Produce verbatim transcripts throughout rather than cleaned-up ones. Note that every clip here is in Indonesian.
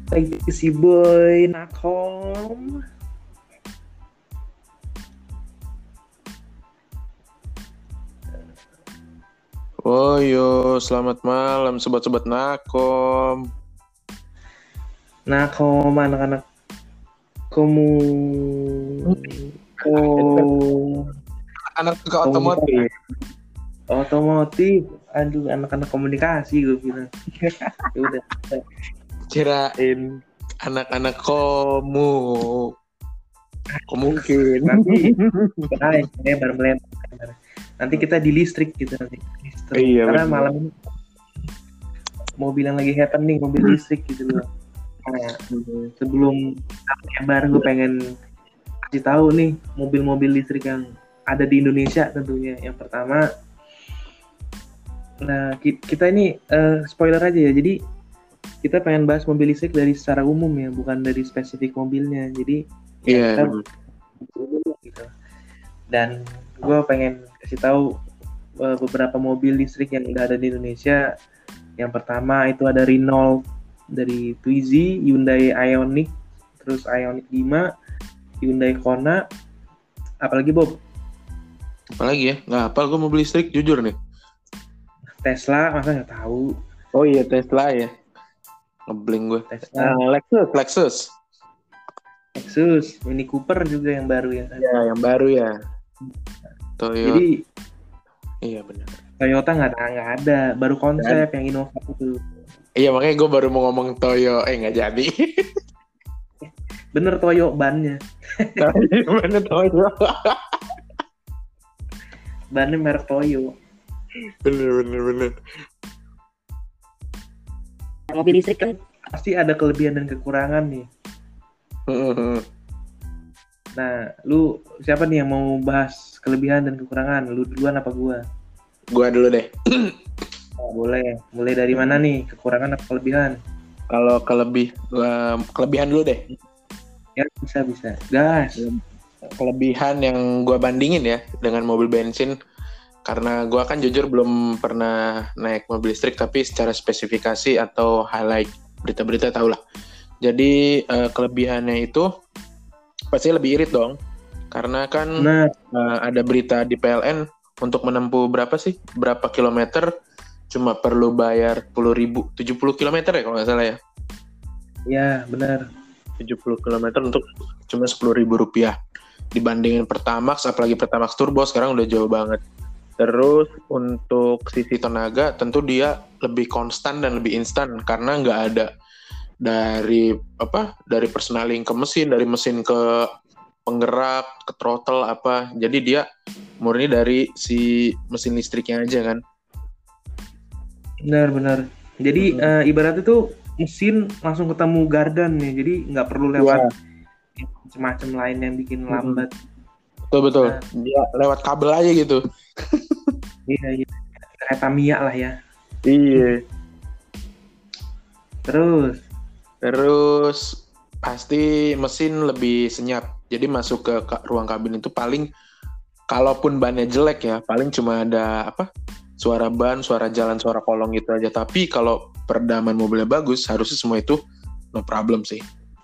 Lagi si boy Nakom. Oh yo, selamat malam sobat-sobat Nakom. Nakom anak-anak komu kom Anak suka otomotif. otomotif. Aduh, anak-anak komunikasi gue bilang. Ya udah. Kirain anak-anak komu. Mungkin. Nanti kita ya baru melempar. Nanti kita di listrik gitu nanti. Listrik. Iya, Karena bener. malam ini mobil yang lagi happening, mobil listrik gitu loh. Nah, sebelum kita lebar, gue pengen kasih tahu nih mobil-mobil listrik yang ada di Indonesia tentunya. Yang pertama, nah kita ini uh, spoiler aja ya. Jadi kita pengen bahas mobil listrik dari secara umum ya, bukan dari spesifik mobilnya. Jadi Iya. ya kita, gitu. Dan gue pengen kasih tahu uh, beberapa mobil listrik yang udah ada di Indonesia. Yang pertama itu ada Renault dari Twizy, Hyundai Ioniq, terus Ioniq lima, Hyundai Kona, apalagi Bob? Apalagi ya? Nggak hafal gue mobil listrik, jujur nih. Tesla, masa nggak tahu? Oh iya, Tesla ya. Ngeblank gue. Tesla. Uh, Lexus, Lexus. Lexus, Mini Cooper juga yang baru ya. Ya, yang baru ya. Toyota. Jadi iya benar. Toyota nggak nggak ada, baru konsep Dan, yang Innova itu. Iya makanya gue baru mau ngomong Toyo, eh nggak jadi. Bener Toyo bannya. Bener Toyo. Bannya merek Toyo. Bener bener bener. Mobil listrik kan pasti ada kelebihan dan kekurangan nih. Nah, lu siapa nih yang mau bahas kelebihan dan kekurangan? Lu duluan apa gua? Gua dulu deh. Oh, boleh. Mulai dari mana nih? Kekurangan atau kelebihan? Kalau kelebih, uh, kelebihan dulu deh. Ya bisa bisa. Gas. Kelebihan yang gua bandingin ya dengan mobil bensin, karena gua kan jujur belum pernah naik mobil listrik, tapi secara spesifikasi atau highlight berita-berita tau lah. Jadi uh, kelebihannya itu pasti lebih irit dong, karena kan nah. uh, ada berita di P L N untuk menempuh berapa sih, berapa kilometer cuma perlu bayar sepuluh ribu, tujuh puluh kilometer ya kalau nggak salah ya. Iya benar. tujuh puluh kilometer untuk cuma sepuluh ribu rupiah. Dibandingin Pertamax, apalagi Pertamax Turbo sekarang udah jauh banget. Terus untuk sisi tenaga tentu dia lebih konstan dan lebih instan karena nggak ada dari apa dari personaling ke mesin, dari mesin ke penggerak, ke throttle apa. Jadi dia murni dari si mesin listriknya aja kan. Benar-benar. Jadi hmm. uh, ibaratnya tuh mesin langsung ketemu gardan nih. Jadi nggak perlu lewat yeah. macam-macam lain yang bikin hmm. lambat. Betul betul. Nah, dia lewat kabel aja gitu. Iya iya. Kayak Tamiya lah ya. Iya. Terus Terus pasti mesin lebih senyap. Jadi masuk ke ruang kabin itu paling, kalaupun bannya jelek ya, paling cuma ada apa? Suara ban, suara jalan, suara kolong gitu aja. Tapi kalau peredaman mobilnya bagus, harusnya semua itu no problem sih.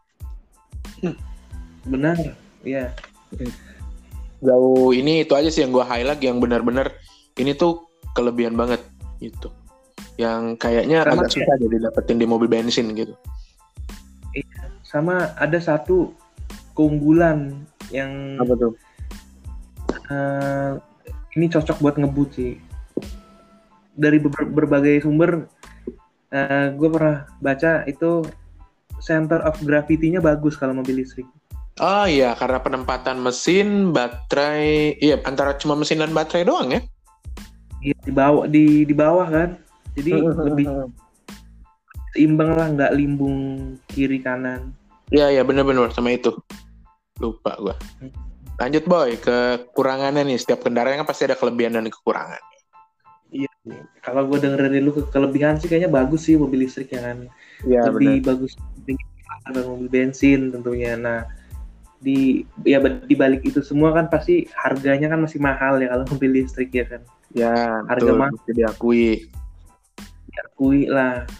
Benar, iya. Jauh ini itu aja sih yang gue highlight, yang benar-benar ini tuh kelebihan banget gitu. Yang kayaknya sama agak susah jadi dapetin di mobil bensin gitu. Iya, sama ada satu keunggulan yang apa tuh? Uh, ini cocok buat ngebut sih. Dari ber- berbagai sumber, uh, gue pernah baca itu center of gravity-nya bagus kalau mobil listrik. Oh iya, karena penempatan mesin, baterai, iya antara cuma mesin dan baterai doang ya? Iya, di bawah di di bawah kan, jadi lebih seimbang lah, nggak limbung kiri kanan. Iya iya benar-benar sama itu. Lupa gue. Lanjut boy, kekurangannya nih, setiap kendaraan kan pasti ada kelebihan dan kekurangan. Iya, kalau gue denger dari lu ke kelebihan sih kayaknya bagus sih mobil listrik ya kan. Ya, lebih bener. bagus daripada mobil bensin tentunya. Nah, di ya di balik itu semua kan pasti harganya kan masih mahal ya kalau mobil listrik ya kan. Ya, harga betul, mahal mesti diakui. Diakui lah.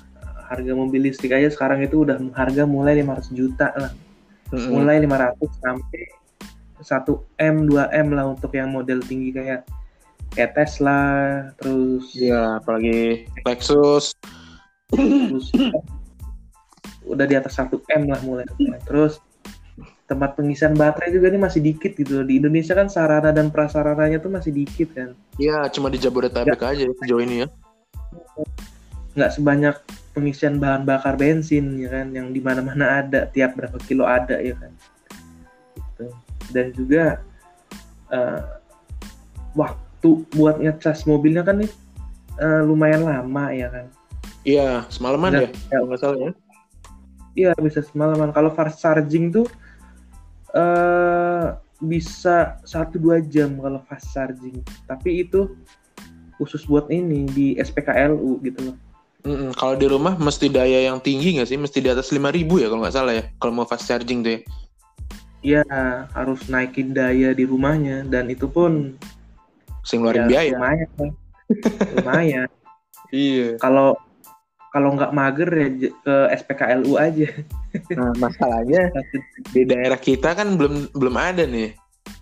harga mobil listrik aja sekarang itu udah harga mulai lima ratus juta lah. Mm-mm. Mulai lima ratus sampai satu M, dua M lah untuk yang model tinggi kayak kayak Tesla, terus Iya, apalagi Lexus. terus udah di atas satu M lah mulai. Terus tempat pengisian baterai juga ini masih dikit gitu. Di Indonesia kan sarana dan prasarananya tuh masih dikit kan. Iya, cuma di Jabodetabek aja sejauh ini ya. Nggak sebanyak pengisian bahan bakar bensin ya kan, yang di mana-mana ada, tiap berapa kilo ada ya kan. Gitu. Dan juga uh, waktu buat ngecas mobilnya kan nih uh, lumayan lama ya kan. Iya, semalaman Nggak, ya, kalau nggak salah ya. Iya, bisa semalaman. Kalau fast charging tuh uh, bisa satu dua jam kalau fast charging. Tapi itu khusus buat ini di S P K L U gitu loh. Mm-mm. Kalau di rumah mesti daya yang tinggi nggak sih? Mesti di atas lima ribu ya kalau nggak salah ya. Kalau mau fast charging tuh ya. Iya, harus naikin daya di rumahnya dan itu pun Sing ngeluarin ya, biaya. lumayan, lumayan. Iya. Kalau kalau nggak mager ya ke S P K L U aja. Nah, masalahnya di daerah kita kan belum belum ada nih.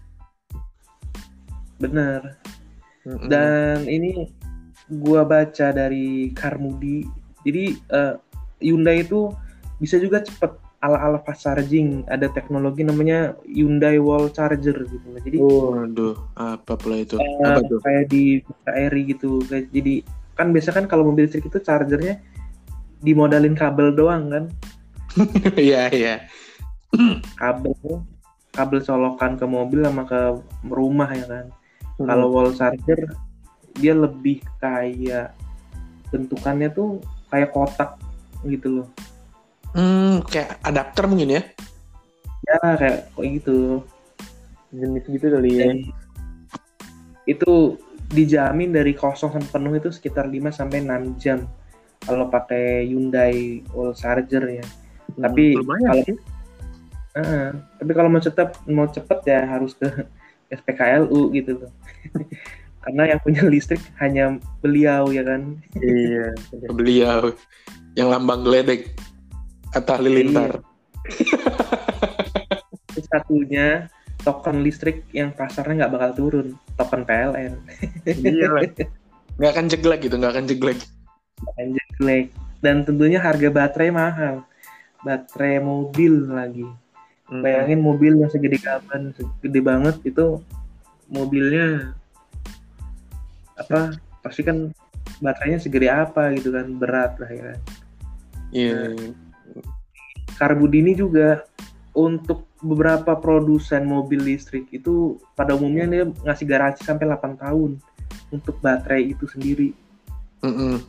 Bener. Mm-mm. Dan ini gua baca dari Carmudi. Jadi uh, Hyundai itu bisa juga cepet ala-ala fast charging. Ada teknologi namanya Hyundai Wall Charger gitu. Jadi Waduh, apa pula itu? uh, Apa tuh? kayak di Airi gitu. Jadi kan biasa kan kalau mobil listrik itu chargernya dimodalin kabel doang kan. Iya, iya. Kabel kabel colokan ke mobil sama ke rumah ya kan. Hmm. Kalau wall charger dia lebih kayak bentukannya tuh kayak kotak gitu loh. Hmm, kayak adapter mungkin ya? Ya kayak kok gitu. Jenis gitu kali ya. Dan itu dijamin dari kosong sampai penuh itu sekitar lima sampai enam jam kalau pakai Hyundai wall charger ya. Hmm, Tapi lumayan kalau sih. uh, tapi kalau mau cepet mau cepet ya harus ke S P K L U gitu loh. Karena yang punya listrik hanya beliau ya kan. Iya, beliau yang lambang geledek Atta Halilintar. Terus satunya token listrik yang pasarnya nggak bakal turun, token P L N. Iya lah. Nggak akan jeglek gitu, nggak akan jeglek. Akan jelek. Dan tentunya harga baterai mahal. Baterai mobil lagi. Mm-mm. Bayangin mobil yang segede gaban, segede banget itu mobilnya apa? Pasti kan baterainya segede apa gitu kan, berat lah ya kan. Iya. Nah, Carmudi ini juga untuk beberapa produsen mobil listrik itu pada umumnya dia ngasih garansi sampai delapan tahun untuk baterai itu sendiri. Mm-mm.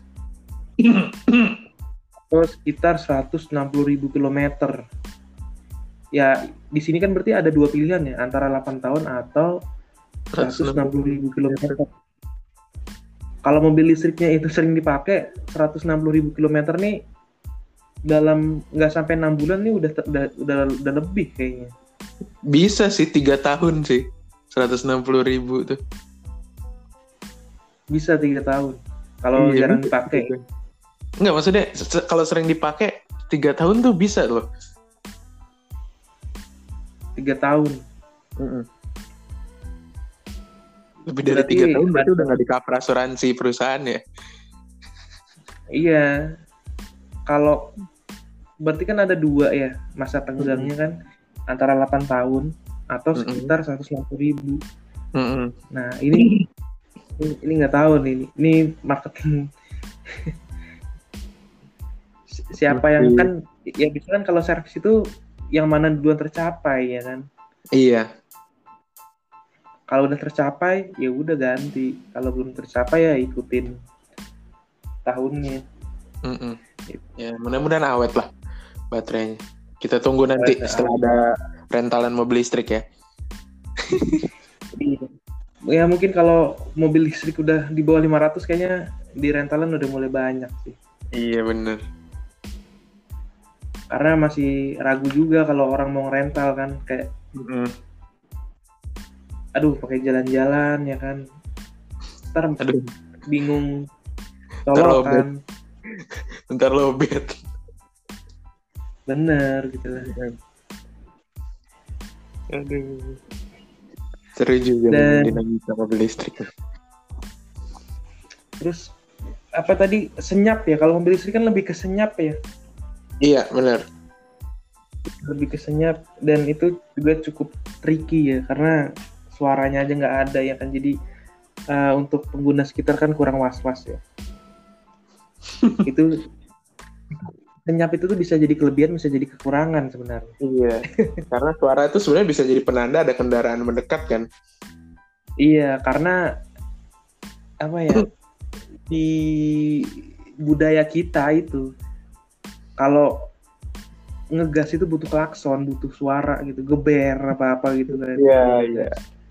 Terus sekitar seratus enam puluh ribu kilometer. Ya, di sini kan berarti ada dua pilihan ya, antara delapan tahun atau seratus enam puluh ribu kilometer. Kalau mobil listriknya itu sering dipakai, seratus enam puluh ribu kilometer nih dalam nggak sampai enam bulan nih udah, udah udah udah lebih kayaknya. Bisa sih tiga tahun sih, seratus enam puluh ribu tuh. Bisa tiga tahun. Kalau Iya, jarang bisa. dipakai. Enggak, maksudnya se- kalau sering dipakai tiga tahun tuh bisa loh. Tiga tahun. Mm-mm. Lebih dari Berarti tiga tahun berarti ada- udah nggak di-cover asuransi perusahaan ya. Iya. Kalau berarti kan ada dua ya masa tenggangnya kan, antara delapan tahun atau Mm-mm. sekitar seratus enam puluh ribu. Mm-mm. Nah ini ini ini nggak tahu nih, ini marketing Si- siapa yang Mesti- kan ya bisa kan kalau servis itu yang mana duluan tercapai ya kan. Iya. Kalau udah tercapai ya udah ganti, kalau belum tercapai ya ikutin tahunnya. Mm-mm. Ya mudah-mudahan awet lah baterainya. Kita tunggu nanti Awet, setelah ada rentalan mobil listrik ya. Ya mungkin kalau mobil listrik udah di bawah lima ratus kayaknya di rentalan udah mulai banyak sih. Iya bener. Karena masih ragu juga kalau orang mau rental kan, kayak Mm-mm. aduh pakai jalan-jalan ya kan. Ntar Aduh. bingung Terlobet. colokan. Ntar lo bet. Bener gitu lah. Aduh. Seru juga Dan dinamika mobil listrik. terus apa tadi, senyap ya, kalau mobil listrik kan lebih ke senyap ya, Iya, benar. lebih ke senyap, dan itu juga cukup tricky ya karena suaranya aja nggak ada ya kan, jadi uh, untuk pengguna sekitar kan kurang was-was ya. Itu senyap itu tuh bisa jadi kelebihan, bisa jadi kekurangan sebenarnya. Iya. Karena suara itu sebenarnya bisa jadi penanda ada kendaraan mendekat kan. Iya, karena apa ya, di budaya kita itu kalau ngegas itu butuh klakson, butuh suara gitu, geber apa-apa gitu kan. Iya, iya.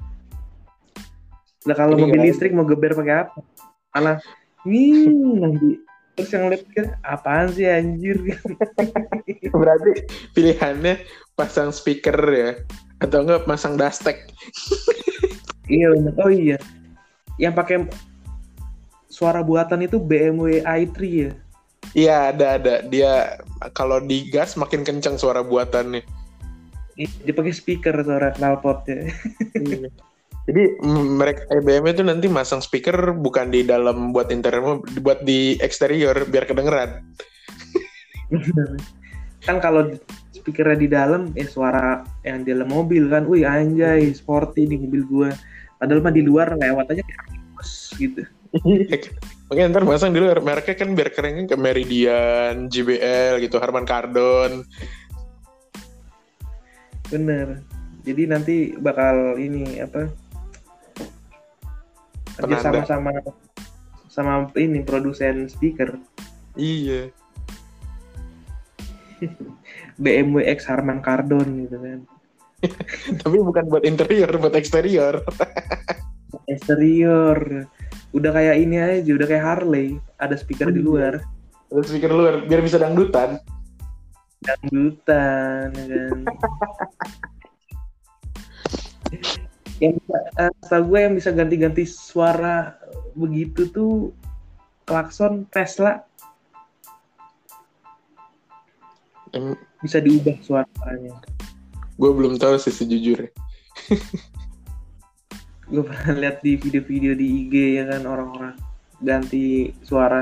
Nah kalau Ini mobil kan- listrik mau geber pakai apa? Malah nih nanti terus yang lihat kan apaan sih anjir. Berarti pilihannya pasang speaker ya, atau enggak pasang dastek. Iya bener. Oh iya, yang pakai suara buatan itu B M W i tiga ya. Iya, ada ada. Dia kalau digas makin kencang suara buatannya. Iya, dia pakai speaker suara knalpotnya. Jadi m- mereka B M W itu nanti masang speaker bukan di dalam buat interior, buat di eksterior biar kedengeran. Kan kalau speakernya di dalam, eh suara yang di dalam mobil kan, wih anjay sporty di mobil gua. Padahal mah di luar lewat aja kayak bus gitu. Makanya ntar masang di luar mereknya kan biar kerennya ke Meridian, J B L gitu, Harman Kardon. Bener. Jadi nanti bakal ini apa? Kerja Penanda. sama-sama sama ini produsen speaker. Iya. B M W X Harman Kardon gitu kan. Tapi bukan buat interior, buat eksterior. Eksterior. Udah kayak ini aja, udah kayak Harley, ada speaker di luar. Ada speaker luar biar bisa dangdutan. Dangdutan ya kan. Yang bisa, uh, setahu gue yang bisa ganti-ganti suara begitu tuh klakson Tesla, Em, bisa diubah suaranya. gue belum tahu sih sejujurnya. Gue pernah lihat di video-video di I G ya kan, orang-orang ganti suara.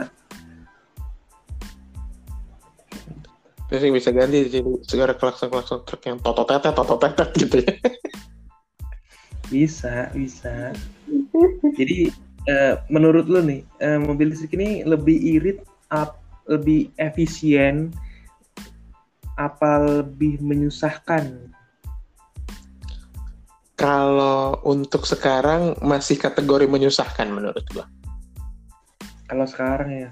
Terus yang bisa ganti jadi segala klakson-klakson truk yang tototetet tototetet gitu ya. Bisa, bisa. Jadi uh, menurut lo nih, uh, mobil listrik ini lebih irit, up, lebih efisien, apa lebih menyusahkan? Kalau untuk sekarang masih kategori menyusahkan menurut gua. Kalau sekarang ya.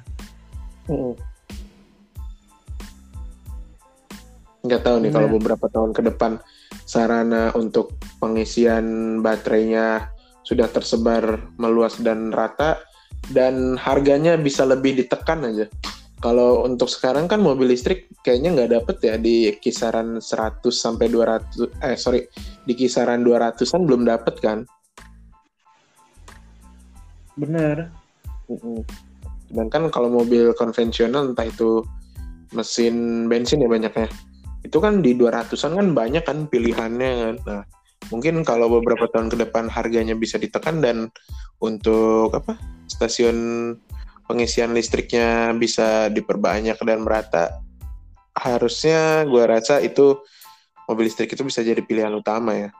Nggak tahu nih Nah. kalau beberapa tahun ke depan sarana untuk pengisian baterainya sudah tersebar meluas dan rata dan harganya bisa lebih ditekan aja. Kalau untuk sekarang kan mobil listrik kayaknya nggak dapet ya di kisaran seratus sampai dua ratus eh sorry di kisaran dua ratusan belum dapet kan. Bener. Sedangkan kalau mobil konvensional entah itu mesin bensin ya banyaknya itu kan di dua ratusan kan banyak kan pilihannya kan. Nah mungkin kalau beberapa tahun ke depan harganya bisa ditekan dan untuk apa stasiun pengisian listriknya bisa diperbanyak dan merata, harusnya gue rasa itu mobil listrik itu bisa jadi pilihan utama ya.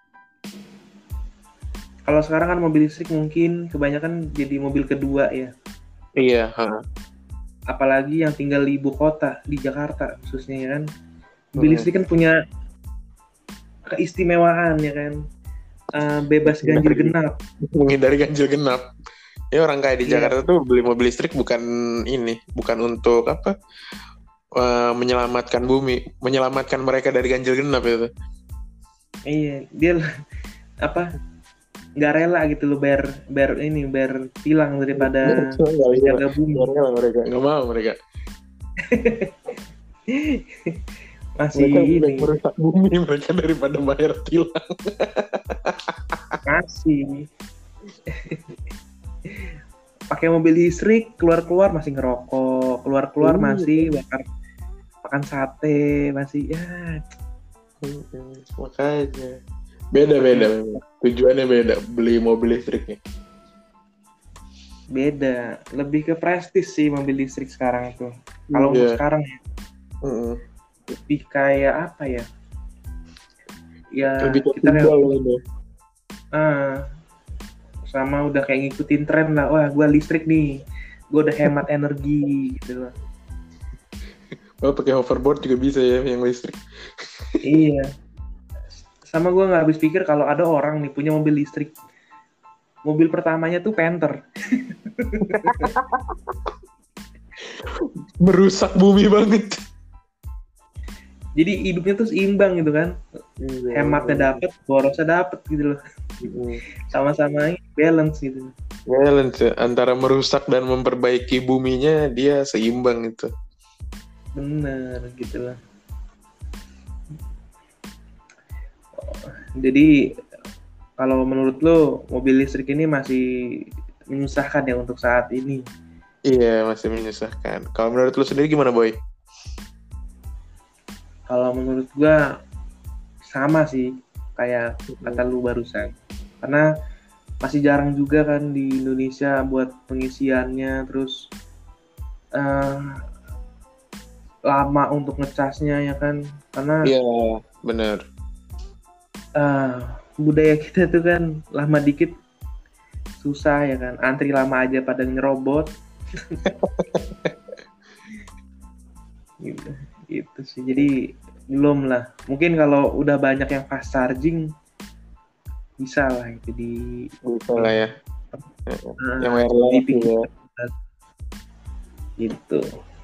Kalau sekarang kan mobil listrik mungkin kebanyakan jadi mobil kedua ya. Iya. Ha. Apalagi yang tinggal di ibu kota, di Jakarta khususnya ya kan. Mobil Hmm. listrik kan punya keistimewaan ya kan. Uh, bebas ganjil genap. Menghindari ganjil genap. Ya orang kaya di Iya. Jakarta tuh beli mobil listrik bukan ini, bukan untuk apa? Uh, menyelamatkan bumi, menyelamatkan mereka dari ganjil genap itu. Iya, dia apa? Nggak rela gitu loh bayar bayar ini bayar tilang daripada jaga bumi. Nggak rela mereka, nggak mau mereka. Masih Mereka ini lebih merusak bumi mereka daripada bayar tilang. masih pakai mobil listrik keluar-keluar masih ngerokok keluar-keluar Hmm. masih bakar makan sate masih ya. Hmm, makanya beda-beda memang. Tujuannya beda beli mobil listriknya. Beda, lebih ke prestis sih mobil listrik sekarang tuh. Kalau untuk Iya. sekarang ya, Mm-mm. lebih kayak apa ya? Ya Lebih ke kita kayak simbol ini. ah, sama udah kayak ngikutin tren lah. Wah, gua listrik nih, gua udah hemat energi gitu loh. Oh, pakai hoverboard juga bisa ya yang listrik. Iya. Sama gua nggak habis pikir kalau ada orang nih punya mobil listrik. Mobil pertamanya tuh Panther. Merusak bumi banget. Jadi hidupnya tuh seimbang gitu kan. Hematnya dapat, borosnya dapat gitu loh. Mm-mm. Sama-sama balance gitu. Balance ya, antara merusak dan memperbaiki buminya dia seimbang itu. Bener gitu loh. Jadi kalau menurut lo mobil listrik ini masih menyusahkan ya untuk saat ini? Iya, masih menyusahkan. Kalau menurut lu sendiri gimana, Boy? Kalau menurut gua sama sih kayak kata lu barusan. Karena masih jarang juga kan di Indonesia buat pengisiannya, terus uh, lama untuk ngecasnya ya kan. Karena Iya, benar. uh, budaya kita tuh kan lama dikit susah ya kan. Antri lama aja pada ngerobot. gitu, gitu sih. Jadi belum lah. Mungkin kalau udah banyak yang fast charging bisa lah itu di Bisa lah ya. uh, yang wireless dipikir ya. gitu.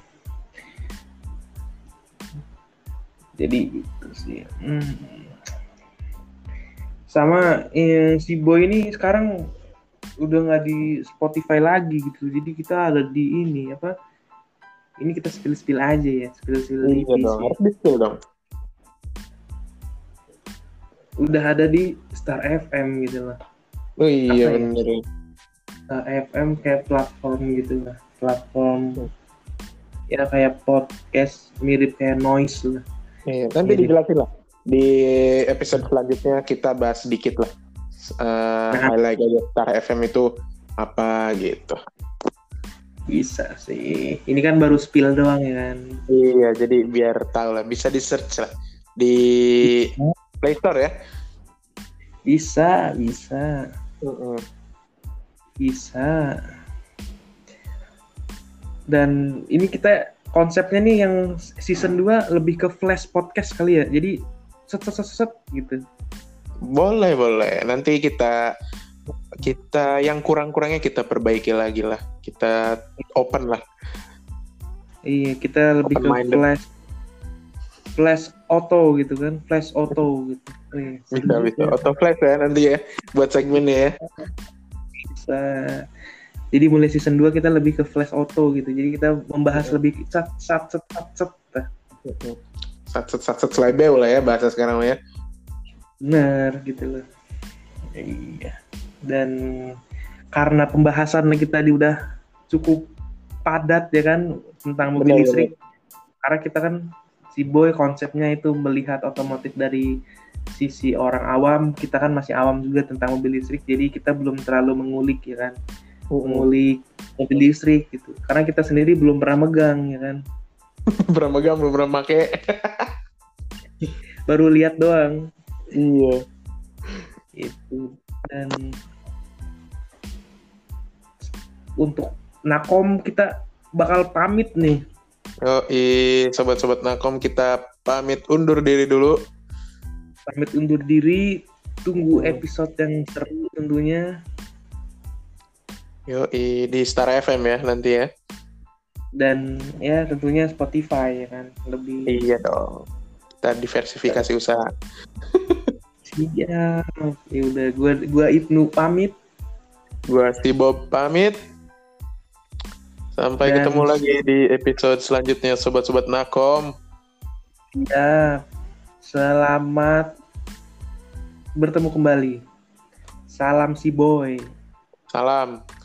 Jadi gitu sih. Hmm. Sama eh, si Boy ini sekarang udah nggak di Spotify lagi gitu. Jadi kita ada di ini apa? Ini kita spill-spill aja ya, spill-spill Iya E P dong, sih. harus di-spill dong. Udah ada di Star F M gitu lah. Oh iya Apa ya? bener. Star F M kayak platform gitu lah. Platform ya kayak podcast mirip kayak Noise lah. Iya, nanti Mirip. dijelasin lah. Di episode selanjutnya kita bahas sedikit lah. Uh, Nah. Highlight aja Star F M itu apa gitu. Bisa sih. Ini kan baru spill doang ya kan. Iya, jadi biar tahu lah. Bisa di-search lah di Play Store ya. Bisa, bisa. Uh-uh. Bisa. Dan ini kita konsepnya nih yang season dua lebih ke flash podcast kali ya. Jadi set set set set gitu. Boleh, boleh. Nanti kita kita yang kurang-kurangnya kita perbaiki lagi lah. Kita open lah. Iya, kita lebih ke flash flash auto gitu kan. Flash auto gitu. Iya, bisa, bisa. Auto flash ya nanti ya buat segmennya ya. Bisa. Jadi mulai season dua kita lebih ke flash auto gitu. Jadi kita membahas lebih sat sat sat sat sat. Sat sat sat sat selebeu lah ya bahasa sekarang ya. Benar gitu loh. Iya. Dan karena pembahasan kita tadi udah cukup padat ya kan tentang mobil benar, listrik. Benar. Karena kita kan si Boy konsepnya itu melihat otomotif dari sisi orang awam, kita kan masih awam juga tentang mobil listrik. Jadi kita belum terlalu mengulik ya kan. Uh-uh. Mengulik mobil listrik gitu. Karena kita sendiri belum pernah megang ya kan. Pernah megang, belum pernah pakai. Baru lihat doang. Iya. Itu. Dan untuk Nakom kita bakal pamit nih. Oh, iya, sobat-sobat Nakom kita pamit undur diri dulu. Pamit undur diri. Tunggu episode yang seru tentunya. Yo, di Star F M ya nanti ya. Dan ya tentunya Spotify ya kan lebih. Iya dong. Kita diversifikasi usaha. Iya. Ya udah, gua gua Ibnu pamit. Gua si Bob pamit. Sampai Dan... ketemu lagi di episode selanjutnya sobat-sobat Nakom. Ya. Selamat bertemu kembali. Salam si Boy. Salam.